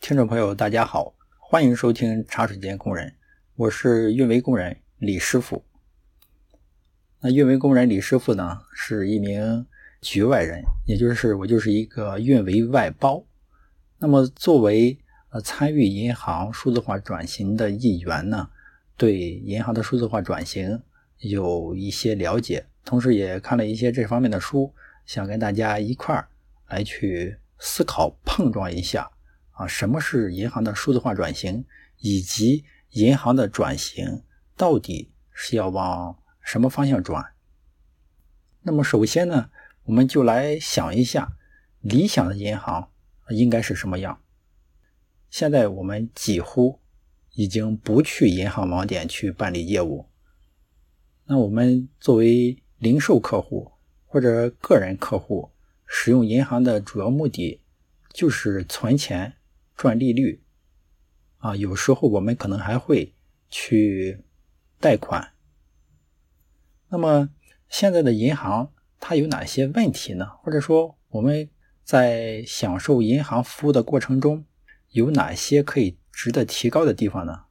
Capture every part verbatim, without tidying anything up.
听众朋友大家好，欢迎收听茶水间工人，我是运维工人李师傅。那运维工人李师傅呢，是一名局外人，也就是我就是一个运维外包。那么作为呃参与银行数字化转型的一员呢，对银行的数字化转型有一些了解，同时也看了一些这方面的书，想跟大家一块儿来去思考碰撞一下啊，什么是银行的数字化转型，以及银行的转型到底是要往什么方向转。那么首先呢，我们就来想一下理想的银行应该是什么样。现在我们几乎已经不去银行网点去办理业务，那我们作为零售客户或者个人客户，使用银行的主要目的就是存钱赚利率啊，有时候我们可能还会去贷款。那么现在的银行它有哪些问题呢？或者说我们在享受银行服务的过程中有哪些可以值得提高的地方呢？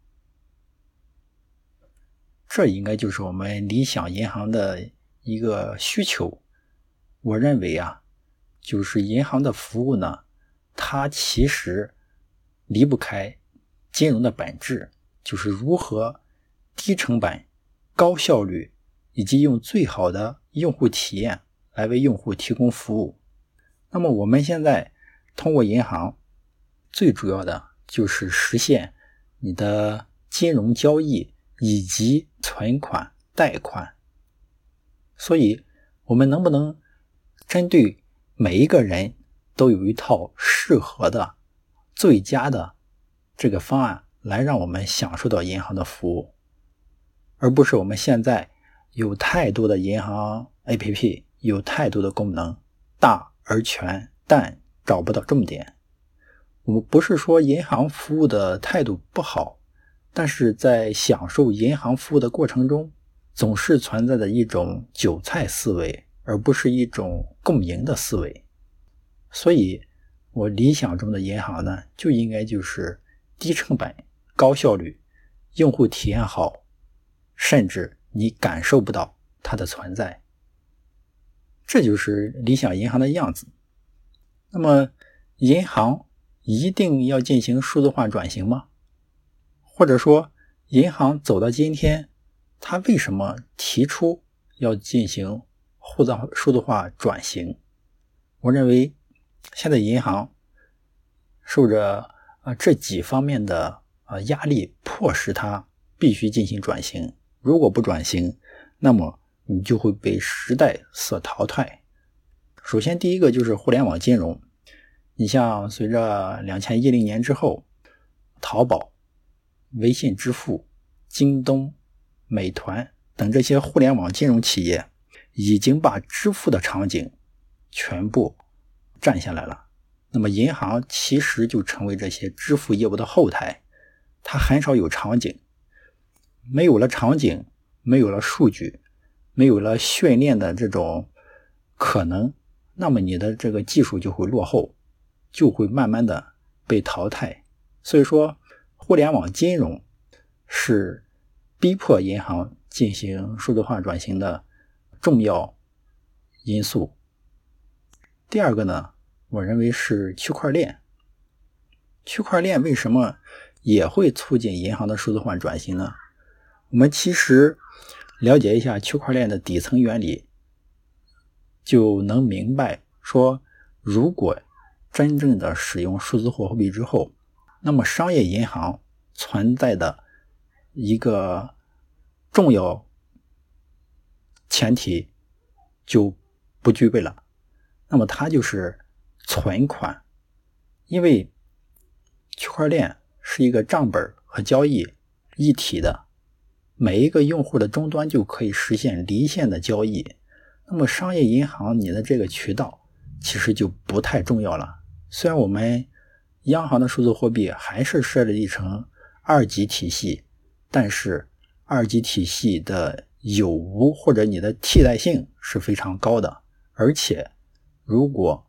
这应该就是我们理想银行的一个需求。我认为啊，就是银行的服务呢，它其实离不开金融的本质，就是如何低成本、高效率以及用最好的用户体验来为用户提供服务。那么我们现在通过银行最主要的就是实现你的金融交易以及存款、贷款。所以我们能不能针对每一个人都有一套适合的最佳的这个方案来让我们享受到银行的服务，而不是我们现在有太多的银行 A P P， 有太多的功能，大而全，但找不到重点。我们不是说银行服务的态度不好，但是在享受银行服务的过程中，总是存在着一种韭菜思维，而不是一种共赢的思维。所以我理想中的银行呢，就应该就是低成本、高效率，用户体验好，甚至你感受不到它的存在。这就是理想银行的样子。那么银行一定要进行数字化转型吗？或者说银行走到今天，它为什么提出要进行数字化转型？我认为现在银行受着、呃、这几方面的、呃、压力，迫使它必须进行转型。如果不转型，那么你就会被时代所淘汰。首先第一个就是互联网金融。你像随着二零一零年之后，淘宝、微信支付、京东、美团等这些互联网金融企业已经把支付的场景全部占下来了。那么银行其实就成为这些支付业务的后台，它很少有场景。没有了场景，没有了数据，没有了训练的这种可能，那么你的这个技术就会落后，就会慢慢的被淘汰。所以说互联网金融是逼迫银行进行数字化转型的重要因素。第二个呢，我认为是区块链。区块链为什么也会促进银行的数字化转型呢？我们其实了解一下区块链的底层原理，就能明白说，如果真正的使用数字货币之后，那么商业银行存在的一个重要前提就不具备了，那么它就是存款。因为区块链是一个账本和交易一体的，每一个用户的终端就可以实现离线的交易，那么商业银行你的这个渠道其实就不太重要了。虽然我们央行的数字货币还是设立成二级体系，但是二级体系的有无或者你的替代性是非常高的，而且如果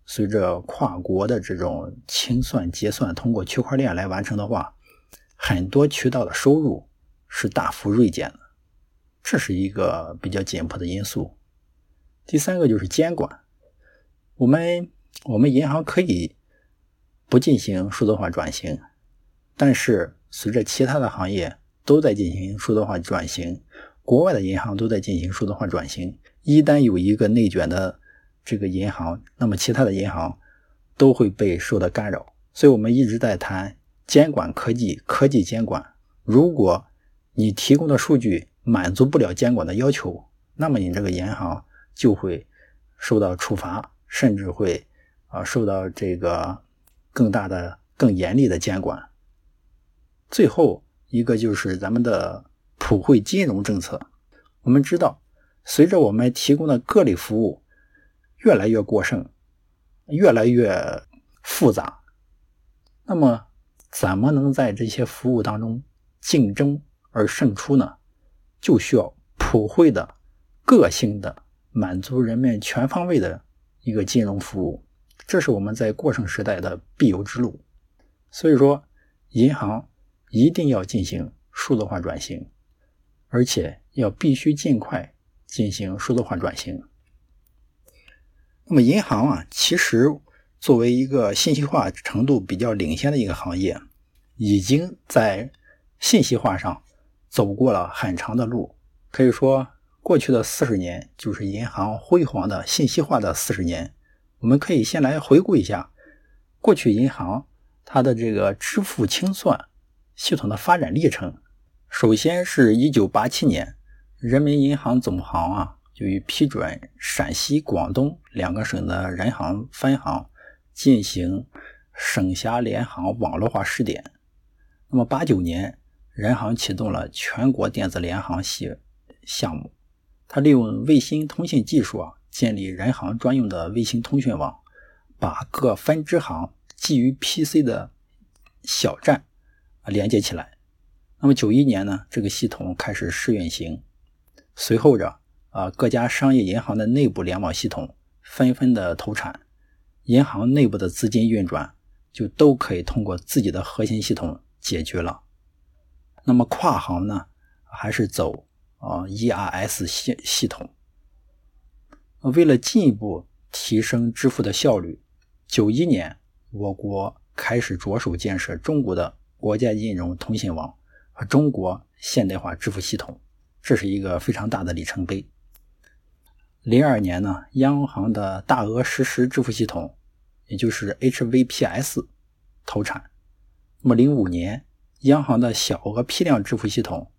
随着跨国的这种清算结算通过区块链来完成的话，很多渠道的收入是大幅锐减的，这是一个比较紧迫的因素。第三个就是监管，我们我们银行可以不进行数字化转型，但是随着其他的行业都在进行数字化转型，国外的银行都在进行数字化转型，一旦有一个内卷的这个银行，那么其他的银行都会被受到干扰。所以我们一直在谈监管科技，科技监管。如果你提供的数据满足不了监管的要求，那么你这个银行就会受到处罚，甚至会啊受到这个更大的更严厉的监管。最后一个就是咱们的普惠金融政策。我们知道，随着我们提供的各类服务越来越过剩，越来越复杂，那么怎么能在这些服务当中竞争而胜出呢？就需要普惠的、个性的、满足人们全方位的一个金融服务，这是我们在过剩时代的必由之路。所以说，银行一定要进行数字化转型，而且要必须尽快进行数字化转型。那么银行啊，其实作为一个信息化程度比较领先的一个行业，已经在信息化上走过了很长的路。可以说，过去的四十年就是银行辉煌的信息化的四十年。我们可以先来回顾一下过去银行它的这个支付清算系统的发展历程。首先是一九八七年，人民银行总行啊就于批准陕西、广东两个省的人行分行进行省辖联行网络化试点。那么八九年，人行启动了全国电子联行系项目，它利用卫星通信技术啊，建立人行专用的卫星通讯网，把各分支行基于 P C 的小站连接起来。那么九一年呢，这个系统开始试运行，随后着啊，各家商业银行的内部联网系统纷纷的投产，银行内部的资金运转就都可以通过自己的核心系统解决了。那么跨行呢，还是走啊 E R S 系系统。为了进一步提升支付的效率，九一年我国开始着手建设中国的国家金融通信网和中国现代化支付系统，这是一个非常大的里程碑。零二年呢，央行的大额实时支付系统，也就是 H V P S 投产。那么零五年，央行的小额批量支付系统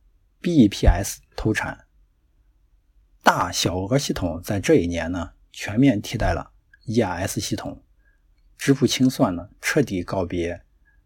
B E P S 投产。大小额系统在这一年呢，全面替代了 E R S 系统，支付清算呢彻底告别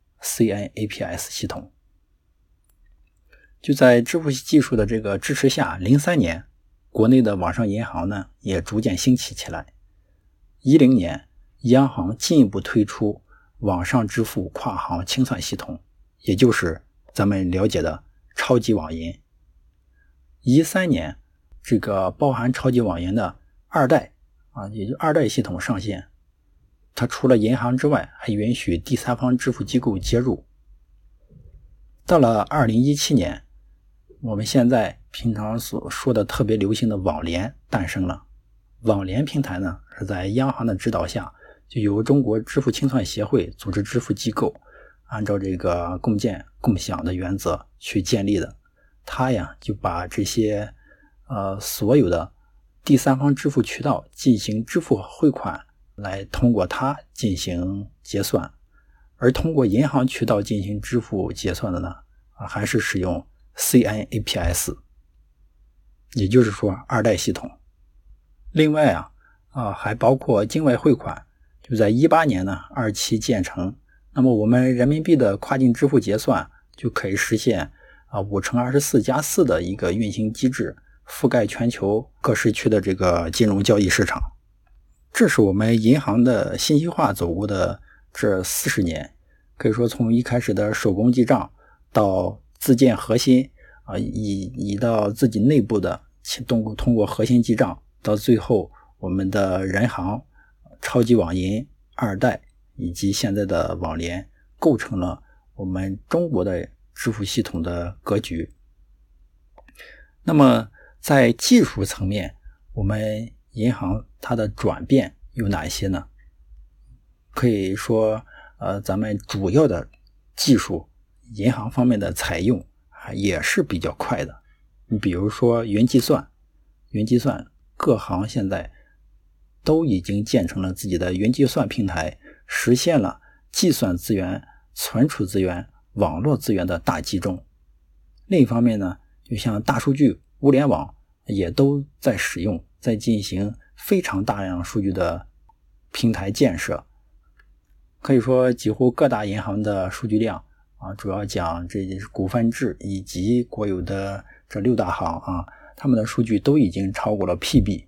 C N A P S 系统。就在支付技术的这个支持下，零三年国内的网上银行呢也逐渐兴起起来。一零年，央行进一步推出网上支付跨行清算系统，也就是咱们了解的超级网银。一三年，这个包含超级网银的二代啊，也就二代系统上线，它除了银行之外，还允许第三方支付机构接入。到了二零一七年，我们现在平常所说的特别流行的网联诞生了。网联平台呢，是在央行的指导下，就由中国支付清算协会组织支付机构，按照这个共建共享的原则去建立的。它呀就把这些呃所有的第三方支付渠道进行支付汇款，来通过它进行结算。而通过银行渠道进行支付结算的呢，啊还是使用 C N A P S， 也就是说二代系统。另外啊啊还包括境外汇款，就在一八年呢二期建成。那么我们人民币的跨境支付结算就可以实现啊五乘二十四加四的一个运行机制，覆盖全球各时区的这个金融交易市场。这是我们银行的信息化走过的这四十年，可以说从一开始的手工记账到自建核心啊，以以到自己内部的通过通过核心记账，到最后我们的人行超级网银、二代以及现在的网联，构成了我们中国的支付系统的格局。那么在技术层面，我们银行它的转变有哪些呢？可以说呃，咱们主要的技术银行方面的采用也是比较快的。你比如说云计算，云计算各行现在都已经建成了自己的云计算平台，实现了计算资源、存储资源、网络资源的大集中。另一方面呢，就像大数据、物联网也都在使用，在进行非常大量数据的平台建设。可以说几乎各大银行的数据量啊，主要讲这股份制以及国有的这六大行啊，他们的数据都已经超过了 P B。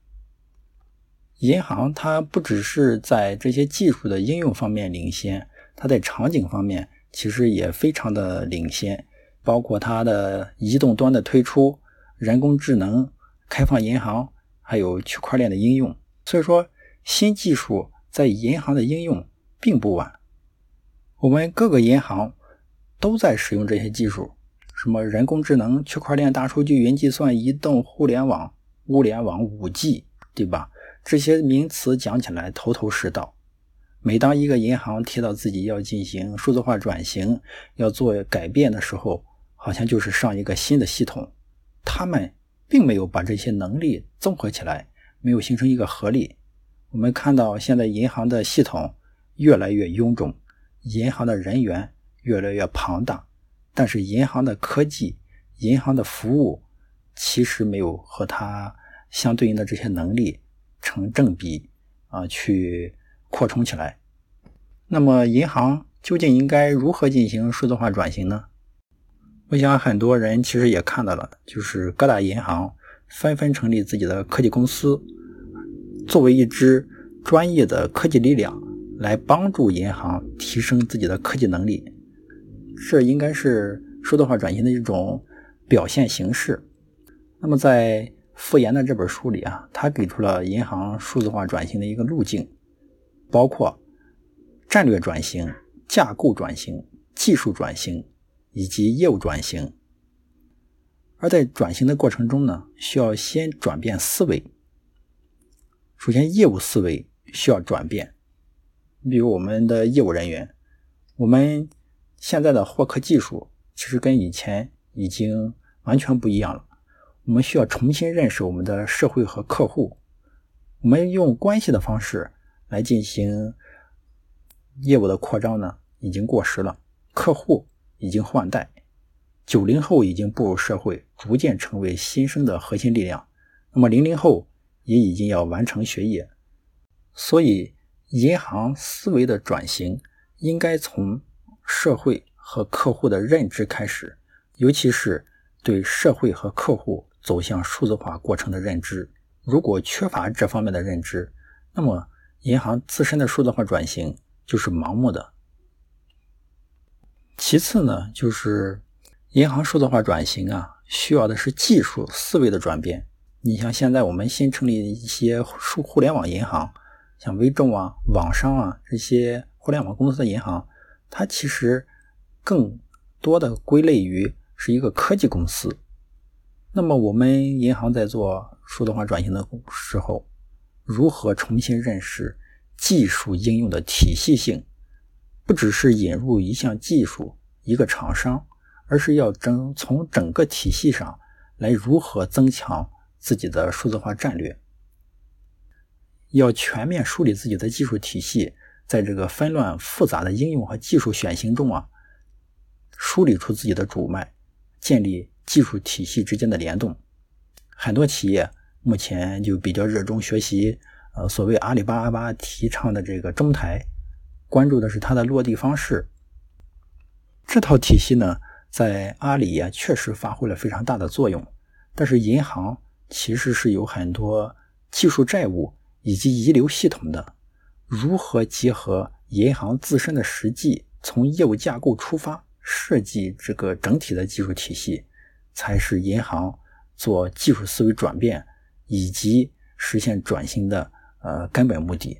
银行它不只是在这些技术的应用方面领先，它在场景方面其实也非常的领先，包括它的移动端的推出、人工智能、开放银行，还有区块链的应用。所以说新技术在银行的应用并不晚，我们各个银行都在使用这些技术，什么人工智能、区块链、大数据、云计算、移动互联网、物联网、五 G， 对吧？这些名词讲起来头头是道。每当一个银行提到自己要进行数字化转型，要做改变的时候，好像就是上一个新的系统。他们并没有把这些能力综合起来，没有形成一个合力。我们看到现在银行的系统越来越臃肿，银行的人员越来越庞大，但是银行的科技、银行的服务其实没有和它相对应的这些能力成正比啊，去扩充起来。那么银行究竟应该如何进行数字化转型呢？我想很多人其实也看到了，就是各大银行纷纷成立自己的科技公司，作为一支专业的科技力量来帮助银行提升自己的科技能力。这应该是数字化转型的一种表现形式。那么在傅岩的这本书里啊，他给出了银行数字化转型的一个路径，包括战略转型、架构转型、技术转型以及业务转型。而在转型的过程中呢，需要先转变思维。首先业务思维需要转变，比如我们的业务人员，我们现在的获客技术其实跟以前已经完全不一样了。我们需要重新认识我们的社会和客户，我们用关系的方式来进行业务的扩张呢，已经过时了。客户已经换代，九零后已经步入社会，逐渐成为新生的核心力量。那么零零后也已经要完成学业，所以银行思维的转型应该从社会和客户的认知开始，尤其是对社会和客户走向数字化过程的认知。如果缺乏这方面的认知，那么银行自身的数字化转型就是盲目的。其次呢，就是银行数字化转型啊，需要的是技术思维的转变。你像现在我们新成立的一些互联网银行，像微众啊、网商啊这些互联网公司的银行，它其实更多的归类于是一个科技公司。那么我们银行在做数字化转型的时候，如何重新认识技术应用的体系性，不只是引入一项技术、一个厂商，而是要整从整个体系上来如何增强自己的数字化战略，要全面梳理自己的技术体系，在这个纷乱复杂的应用和技术选型中啊，梳理出自己的主脉，建立技术体系之间的联动。很多企业目前就比较热衷学习呃，所谓阿里巴巴提倡的这个中台，关注的是它的落地方式。这套体系呢，在阿里啊确实发挥了非常大的作用，但是银行其实是有很多技术债务以及遗留系统的，如何结合银行自身的实际，从业务架构出发，设计这个整体的技术体系，才是银行做技术思维转变以及实现转型的呃根本目的。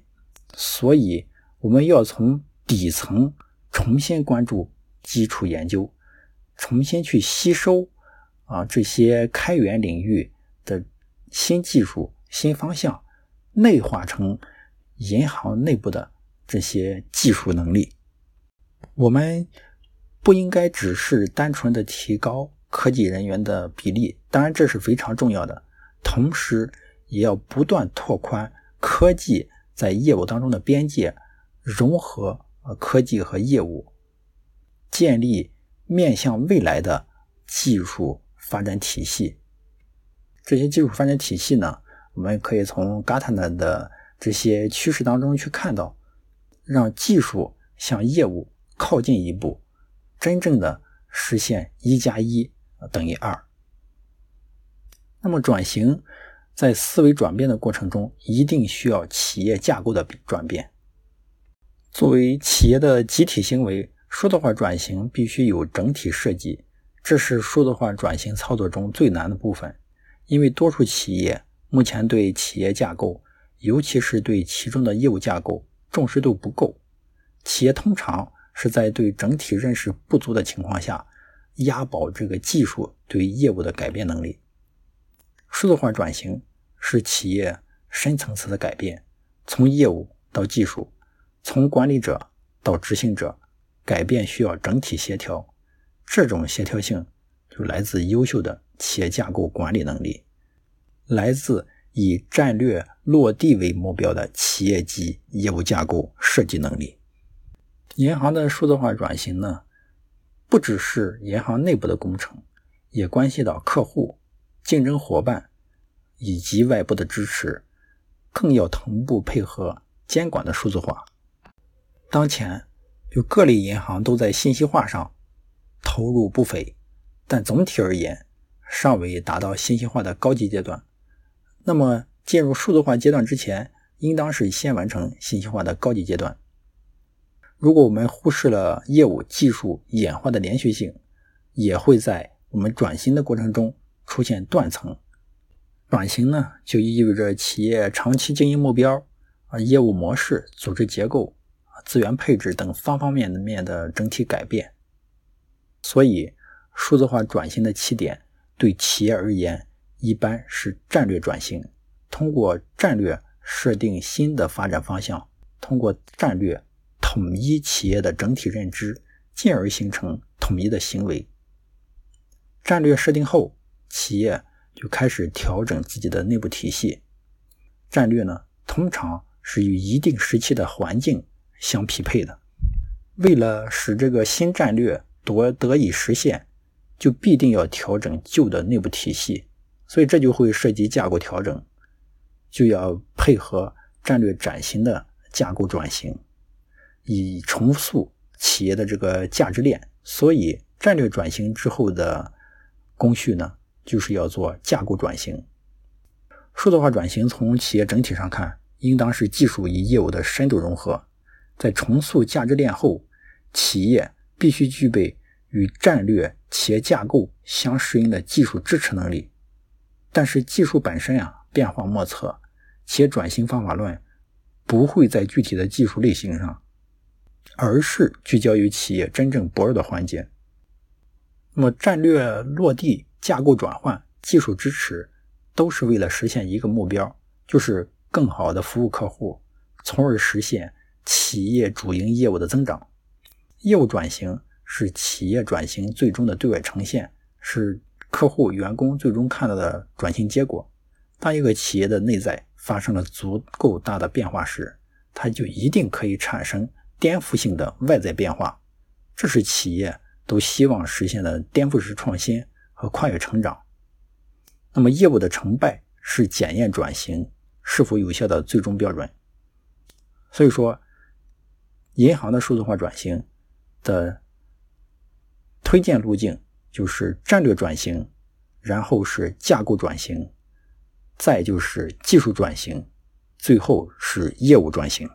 所以我们要从底层重新关注基础研究，重新去吸收啊这些开源领域的新技术、新方向，内化成银行内部的这些技术能力。我们不应该只是单纯的提高科技人员的比例，当然这是非常重要的，同时也要不断拓宽科技在业务当中的边界，融合科技和业务，建立面向未来的技术发展体系。这些技术发展体系呢，我们可以从 Gartner 的这些趋势当中去看到，让技术向业务靠近一步，真正的实现一加一等于二。那么转型在思维转变的过程中，一定需要企业架构的转变。作为企业的集体行为，数字化转型必须有整体设计，这是数字化转型操作中最难的部分。因为多数企业目前对企业架构，尤其是对其中的业务架构重视度不够，企业通常是在对整体认识不足的情况下，押宝这个技术对业务的改变能力。数字化转型是企业深层次的改变，从业务到技术，从管理者到执行者，改变需要整体协调，这种协调性就来自优秀的企业架构管理能力，来自以战略落地为目标的企业级业务架构设计能力。银行的数字化转型呢，不只是银行内部的工程，也关系到客户、竞争伙伴以及外部的支持，更要同步配合监管的数字化。当前就各类银行都在信息化上投入不菲，但总体而言尚未达到信息化的高级阶段。那么进入数字化阶段之前，应当是先完成信息化的高级阶段。如果我们忽视了业务技术演化的连续性，也会在我们转型的过程中出现断层。转型呢，就意味着企业长期经营目标、业务模式、组织结构、资源配置等方方面面的整体改变。所以数字化转型的起点对企业而言一般是战略转型，通过战略设定新的发展方向，通过战略统一企业的整体认知，进而形成统一的行为。战略设定后，企业就开始调整自己的内部体系。战略呢，通常是与一定时期的环境相匹配的。为了使这个新战略得得以实现，就必定要调整旧的内部体系，所以这就会涉及架构调整，就要配合战略转型的架构转型，以重塑企业的这个价值链。所以战略转型之后的工序呢，就是要做架构转型。数字化转型从企业整体上看，应当是技术与业务的深度融合。在重塑价值链后，企业必须具备与战略企业架构相适应的技术支持能力。但是技术本身啊，变化莫测，企业转型方法论不会在具体的技术类型上，而是聚焦于企业真正薄弱的环节。那么战略落地、架构转换、技术支持，都是为了实现一个目标，就是更好的服务客户，从而实现企业主营业务的增长。业务转型是企业转型最终的对外呈现，是客户、员工最终看到的转型结果。当一个企业的内在发生了足够大的变化时，它就一定可以产生颠覆性的外在变化，这是企业都希望实现的颠覆式创新和跨越成长。那么业务的成败是检验转型是否有效的最终标准。所以说，银行的数字化转型的推荐路径就是战略转型，然后是架构转型，再就是技术转型，最后是业务转型。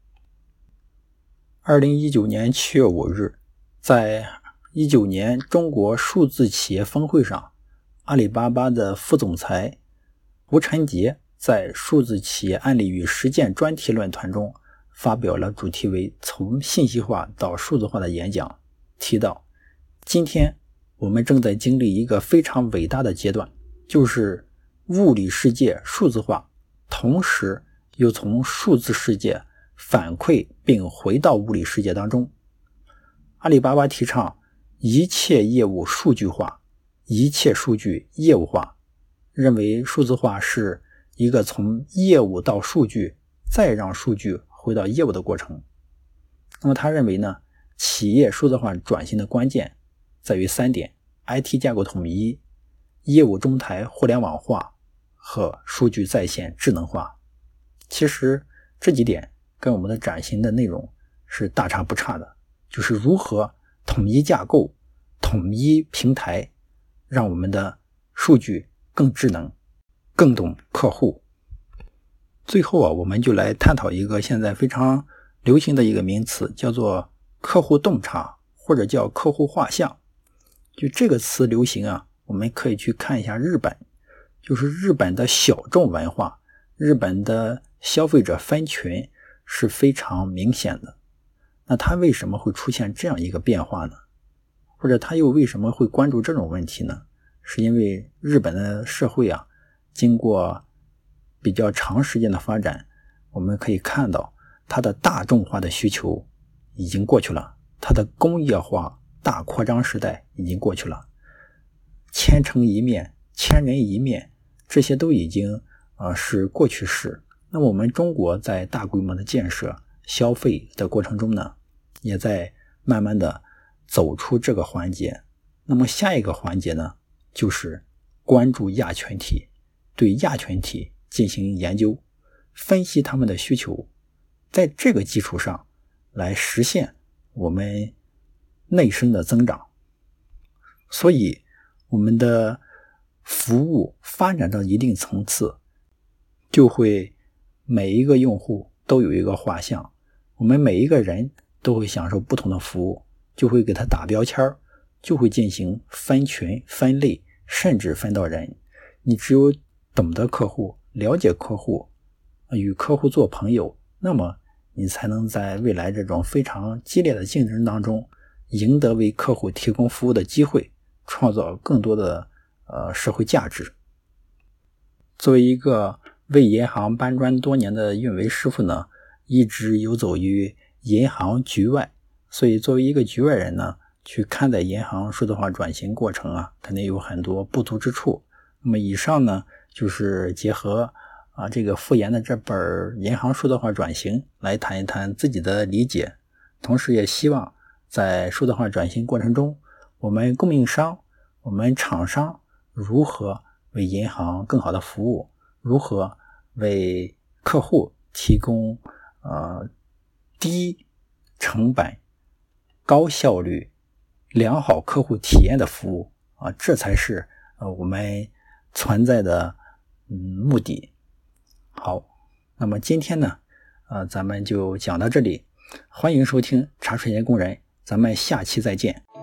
二零一九年七月五日，在一九年中国数字企业峰会上，阿里巴巴的副总裁吴晨杰在数字企业案例与实践专题论坛中发表了主题为从信息化到数字化的演讲，提到今天我们正在经历一个非常伟大的阶段，就是物理世界数字化，同时又从数字世界反馈并回到物理世界当中。阿里巴巴提倡一切业务数据化，一切数据业务化，认为数字化是一个从业务到数据，再让数据回到业务的过程。那么他认为呢，企业数字化转型的关键在于三点： I T 架构统一、业务中台互联网化和数据在线智能化。其实这几点跟我们的转型的内容是大差不差的，就是如何统一架构、统一平台，让我们的数据更智能、更懂客户。最后啊，我们就来探讨一个现在非常流行的一个名词，叫做客户洞察，或者叫客户画像。就这个词流行啊，我们可以去看一下日本，就是日本的小众文化，日本的消费者分群是非常明显的。那它为什么会出现这样一个变化呢？或者它又为什么会关注这种问题呢？是因为日本的社会啊，经过比较长时间的发展，我们可以看到它的大众化的需求已经过去了，它的工业化大扩张时代已经过去了，千城一面、千人一面，这些都已经呃是过去式。那么我们中国在大规模的建设、消费的过程中呢，也在慢慢的走出这个环节。那么下一个环节呢，就是关注亚群体，对亚群体进行研究，分析他们的需求，在这个基础上来实现我们内生的增长。所以我们的服务发展到一定层次，就会每一个用户都有一个画像，我们每一个人都会享受不同的服务，就会给他打标签，就会进行分群、分类，甚至分到人。你只有懂得客户、了解客户，与客户做朋友，那么你才能在未来这种非常激烈的竞争当中，赢得为客户提供服务的机会，创造更多的呃社会价值。作为一个为银行搬砖多年的运维师傅呢，一直游走于银行局外，所以作为一个局外人呢，去看待银行数字化转型过程啊，肯定有很多不足之处。那么以上呢，就是结合啊这个傅岩的这本《银行数字化转型》来谈一谈自己的理解，同时也希望在数字化转型过程中，我们供应商、我们厂商如何为银行更好的服务，如何为客户提供呃低成本、高效率、良好客户体验的服务啊，这才是呃我们存在的嗯目的。好，那么今天呢，呃，咱们就讲到这里，欢迎收听茶水间工人，咱们下期再见。